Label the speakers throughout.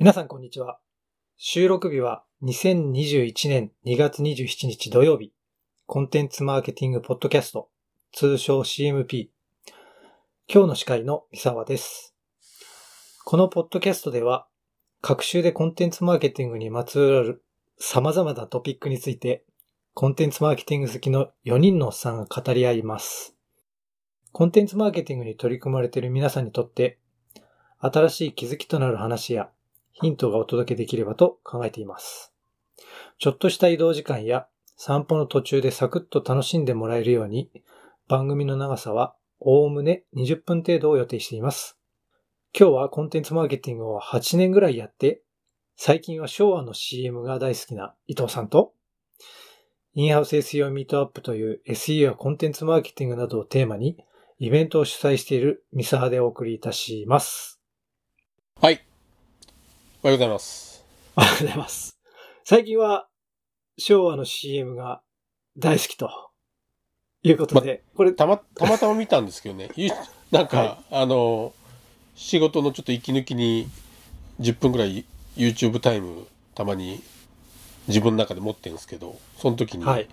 Speaker 1: 皆さんこんにちは。収録日は2021年2月27日土曜日、コンテンツマーケティングポッドキャスト、通称 CMP。今日の司会の三沢です。このポッドキャストでは、各週でコンテンツマーケティングにまつわる様々なトピックについて、コンテンツマーケティング好きの4人のおっさんが語り合います。コンテンツマーケティングに取り組まれている皆さんにとって、新しい気づきとなる話やヒントがお届けできればと考えています。ちょっとした移動時間や散歩の途中でサクッと楽しんでもらえるように、番組の長さはおおむね20分程度を予定しています。今日はコンテンツマーケティングを8年ぐらいやって、最近は昭和の CM が大好きな伊藤さんと、インハウス SEO ミートアップという SEO やコンテンツマーケティングなどをテーマに、イベントを主催している三沢でお送りいたします。
Speaker 2: はい。おはようございます。
Speaker 1: おはようございます。最近は昭和の CM が大好きということで、これ
Speaker 2: たまたま見たんですけどね、なんか、はい、仕事のちょっと息抜きに10分ぐらい YouTube タイムたまに自分の中で持ってるんですけど、その時に、はい、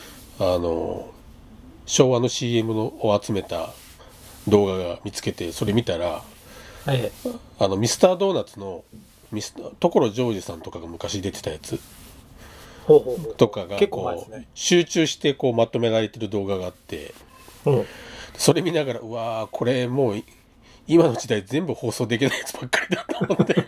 Speaker 2: 昭和の CM を集めた動画が見つけて、それ見たら、はい、ミスタードーナツの所ジョージさんとかが昔出てたやつとかがこう集中してこうまとめられてる動画があって、それ見ながらうわーこれもう今の時代全部放送できないやつばっかりだと思って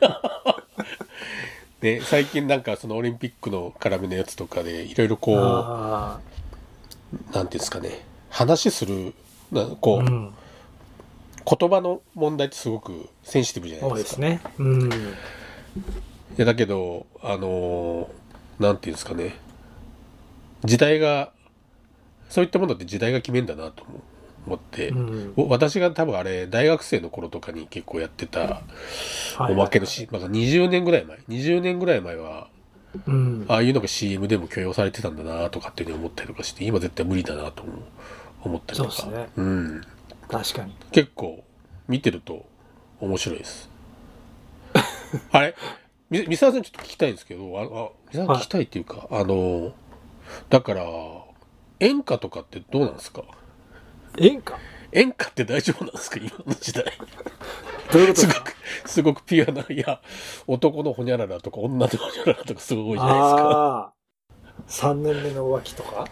Speaker 2: で最近なんかそのオリンピックの絡みのやつとかでいろいろこうなんていうんですかね、話するこう、言葉の問題ってすごくセンシティブじゃないですか。
Speaker 1: そうですね。
Speaker 2: いやだけどなんていうんですかね、時代がそういったものって時代が決めんだなと思って、私が多分あれ大学生の頃とかに結構やってたおまけのなんか20年ぐらい前は、ああいうのが CM でも許容されてたんだなとかっていうふうに思ったりとかして、今絶対無理だなと思ったりとか。
Speaker 1: そうですね。確かに。
Speaker 2: 結構見てると面白いです。あれ三沢さんちょっと聞きたいんですけど、三沢さん聞きたいっていうか、だから演歌とかってどうなんですか？演歌って大丈夫なんですか今の時代？
Speaker 1: どういうことですか？
Speaker 2: すごくピュアな、いや、男のホニャララとか女のホニャララとかすごい多いじゃないですか。
Speaker 1: 3年目の浮気とか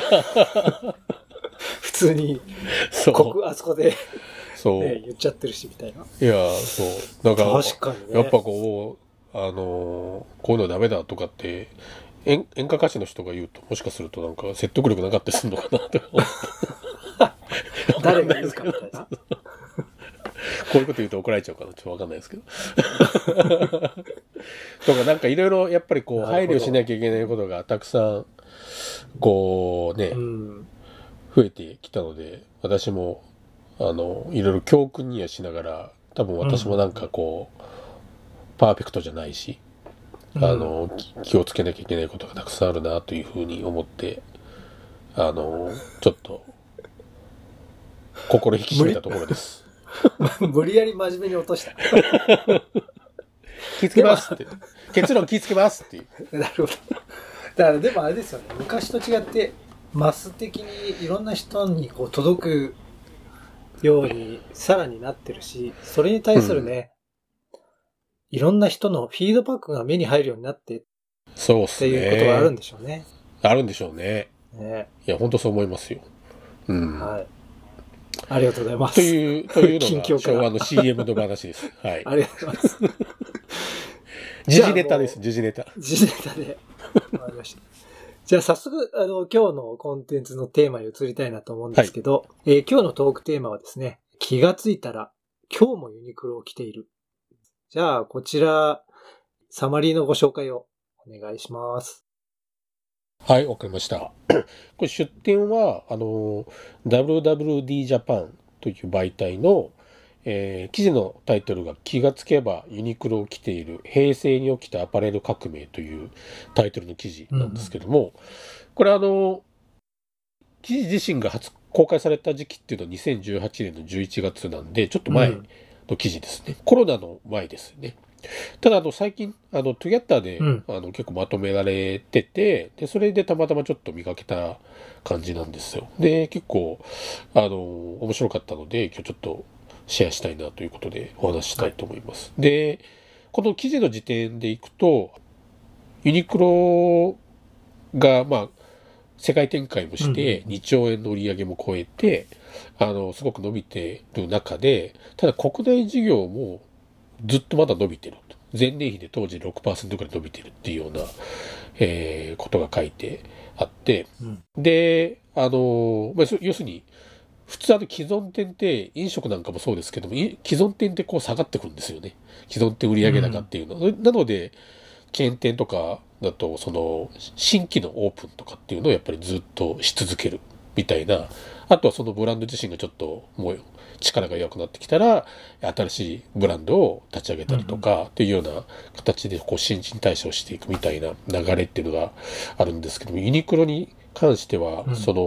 Speaker 1: 普通にあそこで
Speaker 2: そう、
Speaker 1: ね、言っちゃってるしみたいな。
Speaker 2: いや、そうだから
Speaker 1: 確かにね、
Speaker 2: やっぱこういうのダメだとかって演歌歌手の人が言うと、もしかするとなんか説得力なかったりするのかなとか思って
Speaker 1: 誰が言うかみたいなこ
Speaker 2: ういうこと言うと怒られちゃうかな、ちょっとわかんないですけどとかなんかいろいろやっぱりこう配慮しなきゃいけないことがたくさんこうね、増えてきたので、私もいろいろ教訓にはしながら、多分私もなんかこう、パーフェクトじゃないし、気をつけなきゃいけないことがたくさんあるなというふうに思って、ちょっと心引き締めたところです。
Speaker 1: 無理やり真面目に落とした
Speaker 2: 気をつけますって結論気をつけますっていう
Speaker 1: なるほど。だからでもあれですよね、昔と違ってマス的にいろんな人にこう届くようにさらになってるし、それに対するね、いろんな人のフィードバックが目に入るようになって、
Speaker 2: そうっすね。
Speaker 1: っていうことがあるんでしょうね。
Speaker 2: あるんでしょうね。いや本当そう思いますよ。
Speaker 1: はい。ありがとうございます。
Speaker 2: というのが昭和の CM の話です。はい。
Speaker 1: ありがとうございます。
Speaker 2: 時事ネタです。時事ネタ。
Speaker 1: 時事ネタで。わかりました。じゃあ早速、今日のコンテンツのテーマに移りたいなと思うんですけど、今日のトークテーマはですね、気がついたら今日もユニクロを着ている。じゃあ、こちら、サマリーのご紹介をお願いします。
Speaker 2: はい、わかりました。これ出展は、WWD ジャパンという媒体の、記事のタイトルが気がつけばユニクロを着ている平成に起きたアパレル革命というタイトルの記事なんですけども、これ記事自身が初公開された時期っていうのは2018年の11月なんで、ちょっと前の記事ですね。コロナの前ですね。 ただ最近トゥギャッターで、
Speaker 1: うん。
Speaker 2: 結構まとめられてて、でそれでたまたまちょっと見かけた感じなんですよ。で結構面白かったので今日ちょっとシェアしたいなということでお話ししたいと思います。でこの記事の時点でいくとユニクロが世界展開もして2兆円の売り上げも超えてすごく伸びてる中で、ただ国内事業もずっとまだ伸びてると。前年比で当時 6% くらい伸びてるっていうような、ことが書いてあって、
Speaker 1: うん。
Speaker 2: で、要するに、普通既存店って飲食なんかもそうですけども、既存店ってこう下がってくるんですよね。既存店売上高っていうの。なので、チェーン店とかだと、新規のオープンとかっていうのをやっぱりずっとし続けるみたいな。あとはそのブランド自身がちょっともう力が弱くなってきたら、新しいブランドを立ち上げたりとかっていうような形でこう新陳代謝をしていくみたいな流れっていうのがあるんですけども、ユニクロに関しては、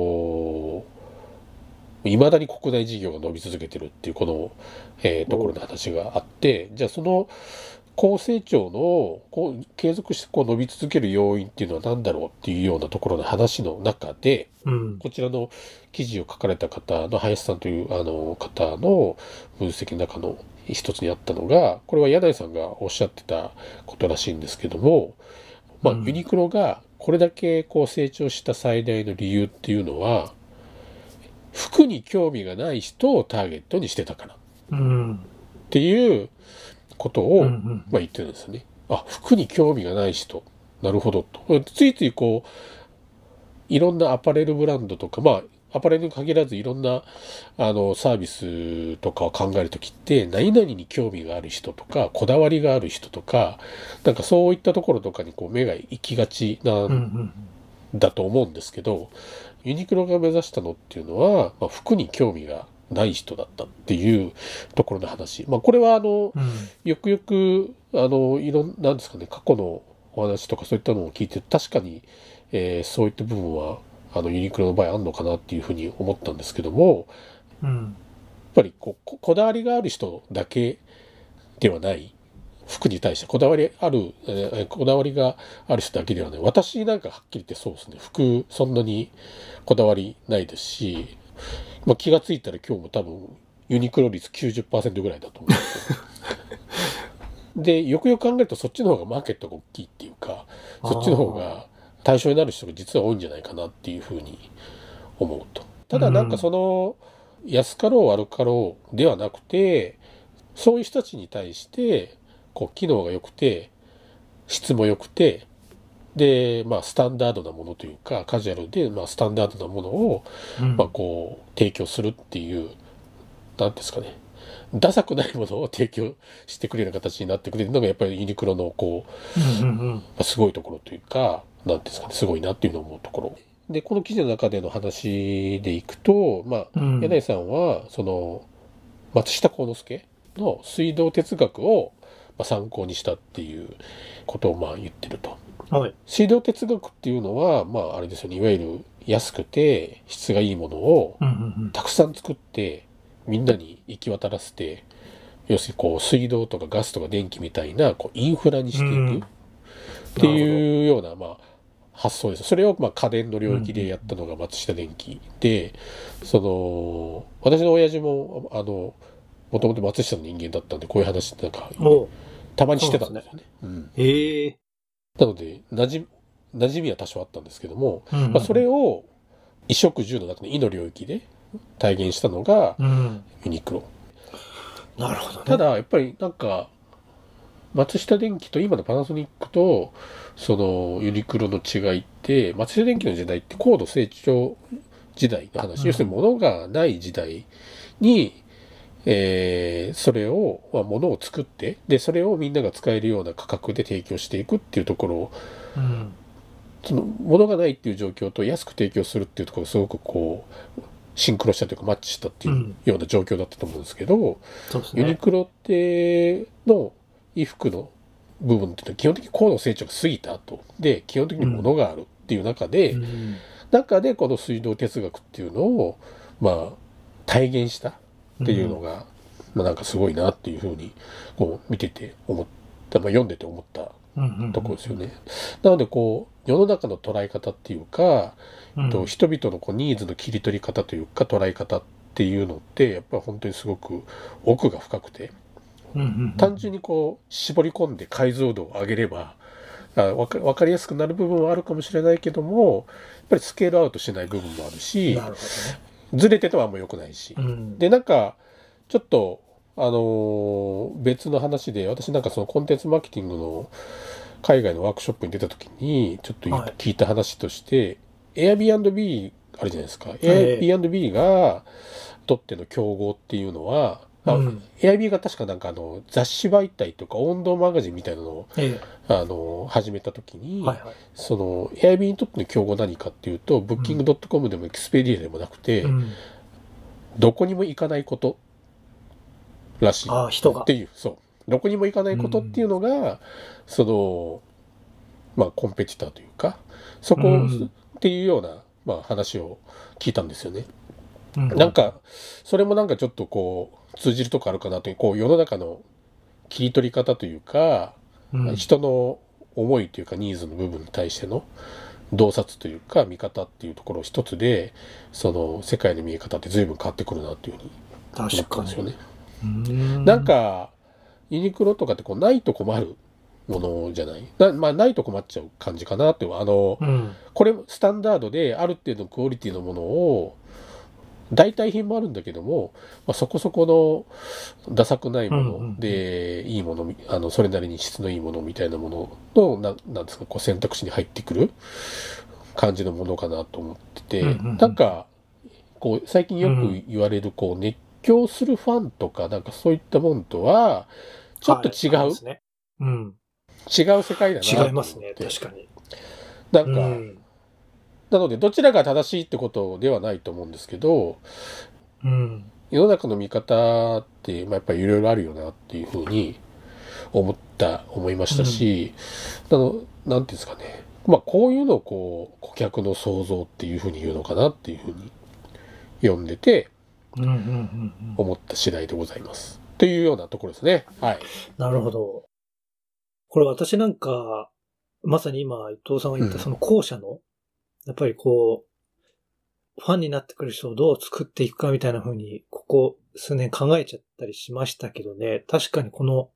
Speaker 2: 未だに国内事業が伸び続けてるっていうこの、ところの話があって、じゃあその高成長の継続して伸び続ける要因っていうのは何だろうっていうようなところの話の中で、こちらの記事を書かれた方の林さんという方の分析の中の一つにあったのが、これは柳井さんがおっしゃってたことらしいんですけども、ユニクロがこれだけ成長した最大の理由っていうのは、服に興味がない人をターゲットにしてたからっていうことを言ってるんですよね。服に興味がない人、なるほどと。ついついいろんなアパレルブランドとか、アパレルに限らずいろんなサービスとかを考えるときって、何々に興味がある人とか、こだわりがある人とか、なんかそういったところとかに目が行きがちなんだと思うんですけど、ユニクロが目指したのっていうのは、服に興味がない人だったっていうところの話。これはよくよく、なんですかね、過去のお話とかそういったのを聞いて、確かに、そういった部分は、ユニクロの場合あるのかなっていうふうに思ったんですけども、やっぱりこだわりがある人だけではない。服に対してこだわりがある人だけではない。私なんかはっきり言ってそうですね。服そんなにこだわりないですし、気がついたら今日も多分ユニクロ率 90% ぐらいだと思うんですよ。で、よくよく考えるとそっちの方がマーケットが大きいっていうか、そっちの方が対象になる人が実は多いんじゃないかなっていうふうに思うと。ただなんか安かろう悪かろうではなくて、そういう人たちに対して機能が良くて質も良くてでスタンダードなものというかカジュアルでスタンダードなものを提供するっていうなんですかね、ダサくないものを提供してくれる形になってくれるのがやっぱりユニクロのすごいところというかなんですかね、すごいなっていうのを思うところで、この記事の中での話でいくと柳井さんは松下幸之助の水道哲学を参考にしたっていうことを言ってると。水道哲学っていうのはあれですよね、いわゆる安くて質がいいものをたくさん作ってみんなに行き渡らせて、要するに水道とかガスとか電気みたいなインフラにしていくっていうような発想です。それを家電の領域でやったのが松下電器で、私の親父ももともと松下の人間だったんでこういう話ってたまにしてたんですよね。なので馴染みは多少あったんですけども、それを衣食住の中の衣の領域で体現したのがユニクロ。
Speaker 1: なるほどね。
Speaker 2: ただやっぱりなんか松下電器と今のパナソニックとユニクロの違いって、松下電器の時代って高度成長時代の話、要するに物がない時代にそれを物を作ってでそれをみんなが使えるような価格で提供していくっていうところを、物がないっていう状況と安く提供するっていうところがすごくシンクロしたというかマッチしたっていうような状況だったと思うんですけど、ユニクロっての衣服の部分っていうのは基本的に高度成長が過ぎた後で基本的に物があるっていう中で、この水道哲学っていうのを体現したっていうのが、なんかすごいなっていうふうに見てて思っ読んでて思ったところですよね。なのでこう世の中の捉え方っていうか、人々のこうニーズの切り取り方というか捉え方っていうのってやっぱり本当にすごく奥が深くて、単純にこう絞り込んで解像度を上げれば分かりやすくなる部分はあるかもしれないけども、やっぱりスケールアウトしない部分もあるし、
Speaker 1: なるほどね、
Speaker 2: ずれててはあんま良くないし、でなんかちょっと別の話で、私なんかそのコンテンツマーケティングの海外のワークショップに出た時にちょっと聞いた話として、Airbnb あるじゃないですか。Airbnb がとっての競合っていうのは、Airbnb が確かなんか雑誌媒体とか温度マガジンみたいなのを、始めた時に、その Airbnb にとっての競合何かっていうと、Booking.com でも Expedia でもなくて、どこにも行かないことらしいっていう、どこにも行かないことっていうのが、そのコンペティターというか、そこっていうような、話を聞いたんですよね。なんかそれもなんかちょっとこう通じるとこあるかなという、こう世の中の切り取り方というか、人の思いというかニーズの部分に対しての洞察というか見方っていうところ一つで、その世界の見え方って随分変わってくるなっていうふうに思ったんですよね。なんかユニクロとかってこうないと困るものじゃない、ないと困っちゃう感じかなって、これスタンダードである程度のクオリティのものを代替品もあるんだけども、そこそこのダサくないもので、いいもの、それなりに質のいいものみたいなものの、なんですか、こう選択肢に入ってくる感じのものかなと思ってて、なんか、こう、最近よく言われる、こう、熱狂するファンとか、なんかそういったものとは、ちょっと違う、違う世界だなと思って。
Speaker 1: 違いますね、確かに。
Speaker 2: なんか、なのでどちらが正しいってことではないと思うんですけど、世の中の見方って、やっぱりいろいろあるよなっていうふうに思いましたし、なんていうんですかね、こういうのをこう顧客の創造っていうふうに言うのかなっていうふうに読んでて思った次第でございますというようなところですね。はい。
Speaker 1: なるほど。これ私なんかまさに今伊藤さんが言ったその後者のやっぱりこう、ファンになってくる人をどう作っていくかみたいな風に、ここ数年考えちゃったりしましたけどね、確かにこの、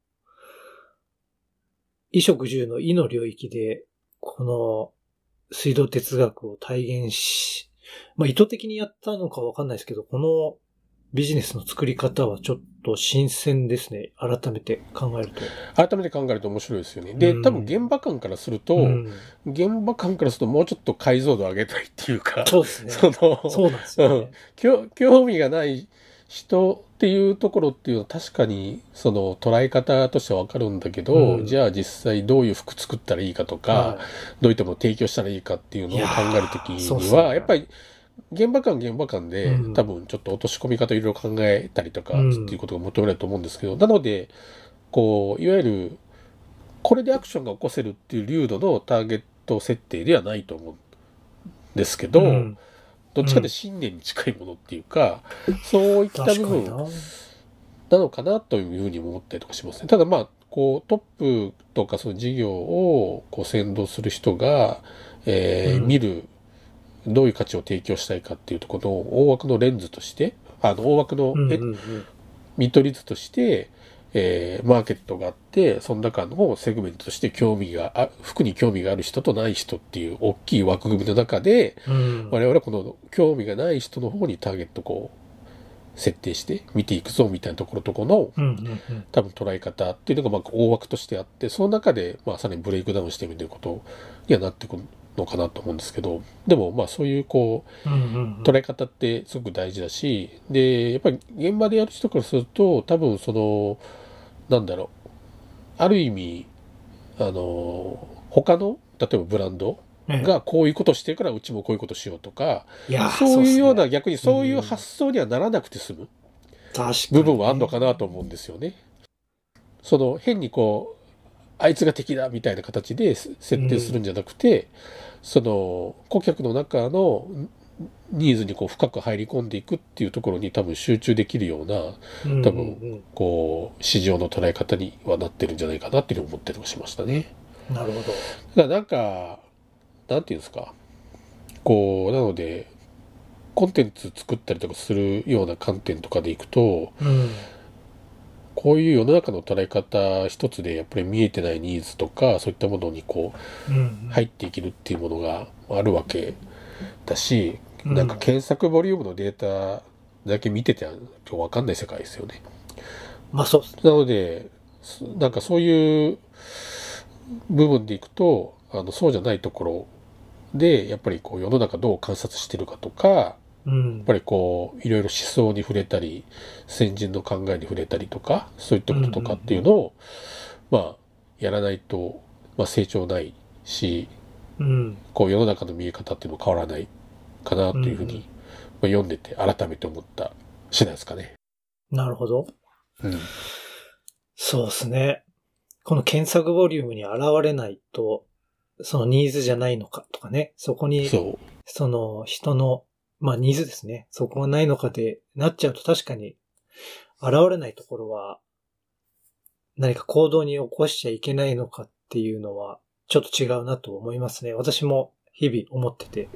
Speaker 1: 衣食住の衣の領域で、この水道哲学を体現し、意図的にやったのかわかんないですけど、このビジネスの作り方はちょっと新鮮ですね。改めて考えると
Speaker 2: 面白いですよね。で、多分現場感からすると、もうちょっと解像度上げたいっていうか、
Speaker 1: そうですね。そうなんですよね。
Speaker 2: 興味がない人っていうところっていうのは確かにその捉え方としてはわかるんだけど、じゃあ実際どういう服作ったらいいかとか、どういったものを提供したらいいかっていうのを考えるときには、やっぱり現場感で、多分ちょっと落とし込み方いろいろ考えたりとかっていうことが求められると思うんですけど、なのでこういわゆるこれでアクションが起こせるっていう流度のターゲット設定ではないと思うんですけど、どっちかで信念に近いものっていうか、そういった部分なのかなというふうに思ったりとかしますね。ただこうトップとかその事業をこう先導する人が、見るどういう価値を提供したいかっていうところの大枠のレンズとして、大枠の見取り図として、マーケットがあって、その中のセグメントとして服に興味がある人とない人っていう大きい枠組みの中で、我々はこの興味がない人の方にターゲットを設定して見ていくぞみたいなところの、多分捉え方っていうのが大枠としてあって、その中でさらにブレイクダウンしてみることにはなってくるのかなと思うんですけど、でもそういう捉え方ってすごく大事だし、でやっぱり現場でやる人からすると多分そのある意味他の例えばブランドがこういうことしてるからうちもこういうことしようとか、そういうような逆にそういう発想にはならなくて済む部分はあるのかなと思うんですよね。その変にあいつが敵だみたいな形で設定するんじゃなくて、その顧客の中のニーズにこう深く入り込んでいくっていうところに多分集中できるような、多分こう市場の捉え方にはなってるんじゃないかなっていうふうに思ったりもしましたね。
Speaker 1: なるほど。
Speaker 2: だからなんか、なんていうんですか。こう、なので、コンテンツ作ったりとかするような観点とかでいくと、こういう世の中の捉え方一つでやっぱり見えてないニーズとか、そういったものにこう、入っていけるっていうものがあるわけだし、なんか検索ボリュームのデータだけ見てては今日わかんない世界ですよね。
Speaker 1: まあそうですね。
Speaker 2: なので、なんかそういう部分でいくと、そうじゃないところで、やっぱりこう世の中どう観察してるかとか、やっぱりこう、いろいろ思想に触れたり、先人の考えに触れたりとか、そういったこととかっていうのを、まあ、やらないと、まあ成長ないし、こう世の中の見え方っていうのも変わらないかなというふうに、まあ、読んでて改めて思った次第ですかね。
Speaker 1: なるほど。そうですね。この検索ボリュームに現れないと、そのニーズじゃないのかとかね。そこに、その人の、まあニーズですね。そこがないのかでなっちゃうと確かに現れないところは何か行動に起こしちゃいけないのかっていうのはちょっと違うなと思いますね。私も日々思ってて。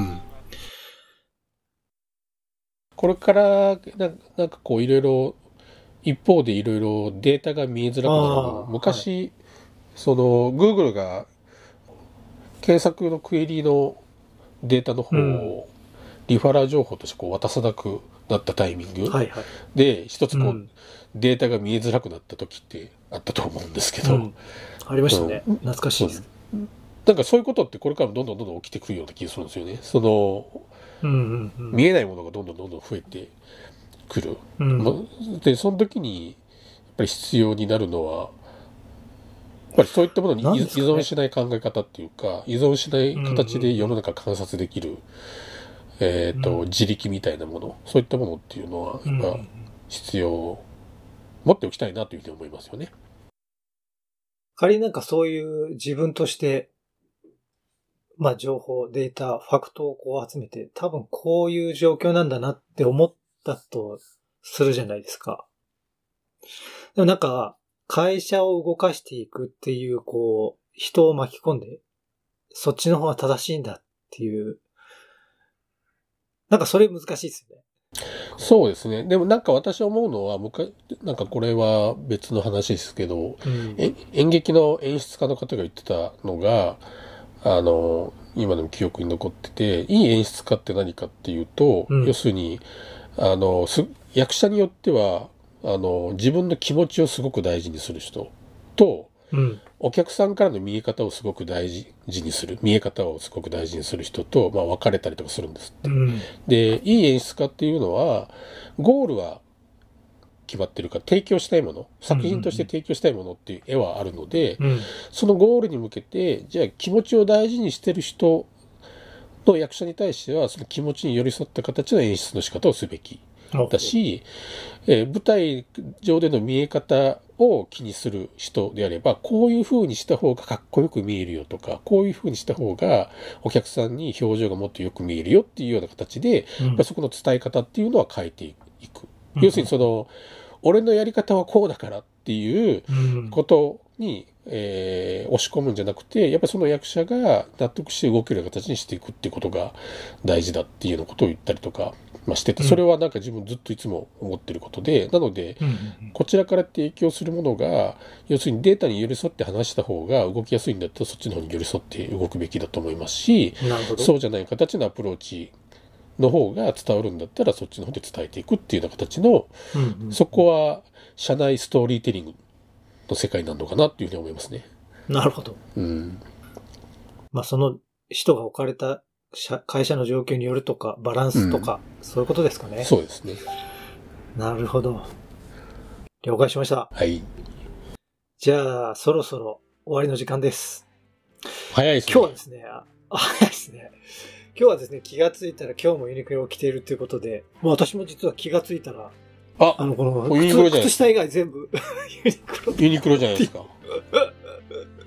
Speaker 2: これからなんかこういろいろ一方でいろいろデータが見えづらくなる。昔、その Google が検索のクエリのデータの方をリファラー情報としてこう渡さなくなったタイミングで一つこうデータが見えづらくなった時ってあったと思うんですけど、
Speaker 1: ありましたね。懐かしいです。
Speaker 2: なんかそういうことってこれからもどんどん起きてくるような気がするんですよね。その見えないものがどんどん増えてくる。でその時にやっぱり必要になるのはやっぱりそういったものに依存しない考え方っていうか、依存しない形で世の中観察できる、自力みたいなもの、そういったものっていうのは、やっぱ必要、持っておきたいなというふうに思いますよね。
Speaker 1: 仮になんかそういう自分として、まあ情報、データ、ファクトをこう集めて、多分こういう状況なんだなって思ったとするじゃないですか。でもなんか、会社を動かしていくっていう、こう、人を巻き込んで、そっちの方が正しいんだっていう、なんかそれ難しいですよね。
Speaker 2: そうですね。でもなんか私思うのは、なんかこれは別の話ですけど、演劇の演出家の方が言ってたのが、今でも記憶に残ってて、いい演出家って何かっていうと、要するに、役者によっては、自分の気持ちをすごく大事にする人と、お客さんからの見え方をすごく大事にする、見え方をすごく大事にする人と、まあ分かれたりとかするんですって。で、いい演出家っていうのは、ゴールは決まってるから、提供したいもの、作品として提供したいものっていう絵はあるので、そのゴールに向けて、じゃあ気持ちを大事にしてる人の役者に対しては、その気持ちに寄り添った形の演出の仕方をすべきだし、舞台上での見え方を気にする人であれば、こういう風にした方がかっこよく見えるよとか、こういう風にした方がお客さんに表情がもっとよく見えるよっていうような形で、そこの伝え方っていうのは変えていく。要するにその、俺のやり方はこうだからっていうことに、押し込むんじゃなくて、やっぱりその役者が納得して動ける形にしていくっていうことが大事だっていうようなことを言ったりとか、してて、それはなんか自分ずっといつも思ってることで、なので、こちらから提供するものが、要するにデータに寄り添って話した方が動きやすいんだったらそっちの方に寄り添って動くべきだと思いますし、そうじゃない形のアプローチの方が伝わるんだったらそっちの方で伝えていくっていうような形の、そこは社内ストーリーテリングの世界なのかなっていうふうに思いますね。
Speaker 1: なるほど。まあその人が置かれた会社の状況によるとか、バランスとか、そういうことですかね。
Speaker 2: そうですね。な
Speaker 1: るほど。了解しました。
Speaker 2: はい。
Speaker 1: じゃあ、そろそろ終わりの時間です。
Speaker 2: 早いですね。
Speaker 1: 今日はですね、早いですね。今日はですね、気がついたら今日もユニクロを着ているということで、もう私も実は気がついたら、この靴下以外全部ユニクロ。
Speaker 2: ユニクロじゃないですか。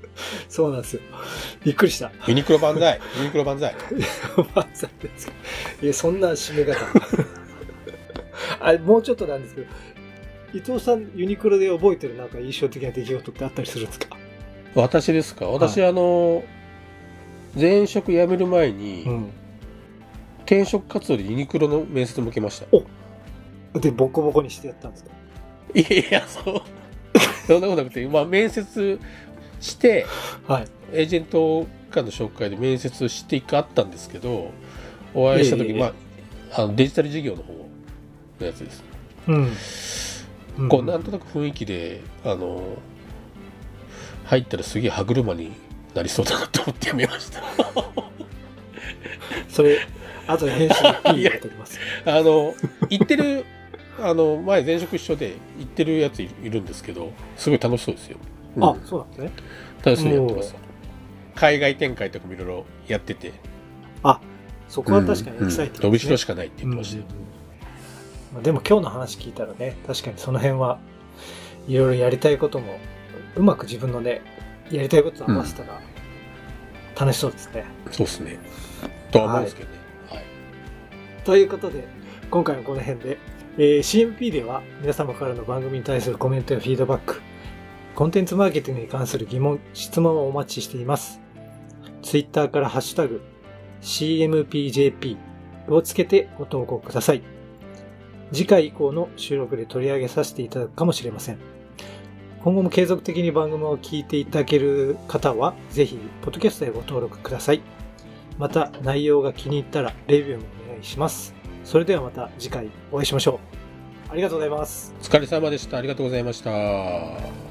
Speaker 1: そうなんですよ。びっくりした。
Speaker 2: ユニクロ万歳。ユニクロ万歳。
Speaker 1: 万歳ですか。いや、そんな締め方。あれ、もうちょっとなんですけど、伊藤さん、ユニクロで覚えてるなんか印象的な出来事ってあったりするんですか？
Speaker 2: 私ですか？私、はい、前職辞める前に、転職活動でユニクロの面接も受けました。
Speaker 1: おで、ボコボコにしてやったんですか？
Speaker 2: いや、そんなことなくて、まあ、面接して、
Speaker 1: はい、
Speaker 2: エージェントからの紹介で面接していくあったんですけど、お会いした時、まあ、デジタル事業の方のやつです。こうなんとなく雰囲気で入ったらすげえ歯車になりそうだなと思ってやめました。
Speaker 1: それ後で編集でピー入れておきます。
Speaker 2: 行ってる前前職一緒で行ってるやついるんですけど、すごい楽しそうですよ。
Speaker 1: あ、そうなんですね。
Speaker 2: 楽しそうにやってます。海外展開とかもいろいろやってて、
Speaker 1: あ、そこは確かにエキサイティングですね。
Speaker 2: 伸びしろしかないって言ってましたよ。
Speaker 1: でも今日の話聞いたらね、確かにその辺はいろいろやりたいこともうまく自分のね、やりたいことと合わせたら楽しそうですね。
Speaker 2: そうですね。とは思うんですけどね。はい。
Speaker 1: ということで、今回はこの辺で、CMP では皆様からの番組に対するコメントやフィードバック、コンテンツマーケティングに関する疑問、質問をお待ちしています。Twitter からハッシュタグ CMPJP をつけてご投稿ください。次回以降の収録で取り上げさせていただくかもしれません。今後も継続的に番組を聞いていただける方は、ぜひ、ポッドキャストへご登録ください。また、内容が気に入ったら、レビューもお願いします。それではまた次回お会いしましょう。ありがとうございます。
Speaker 2: お疲れ様でした。ありがとうございました。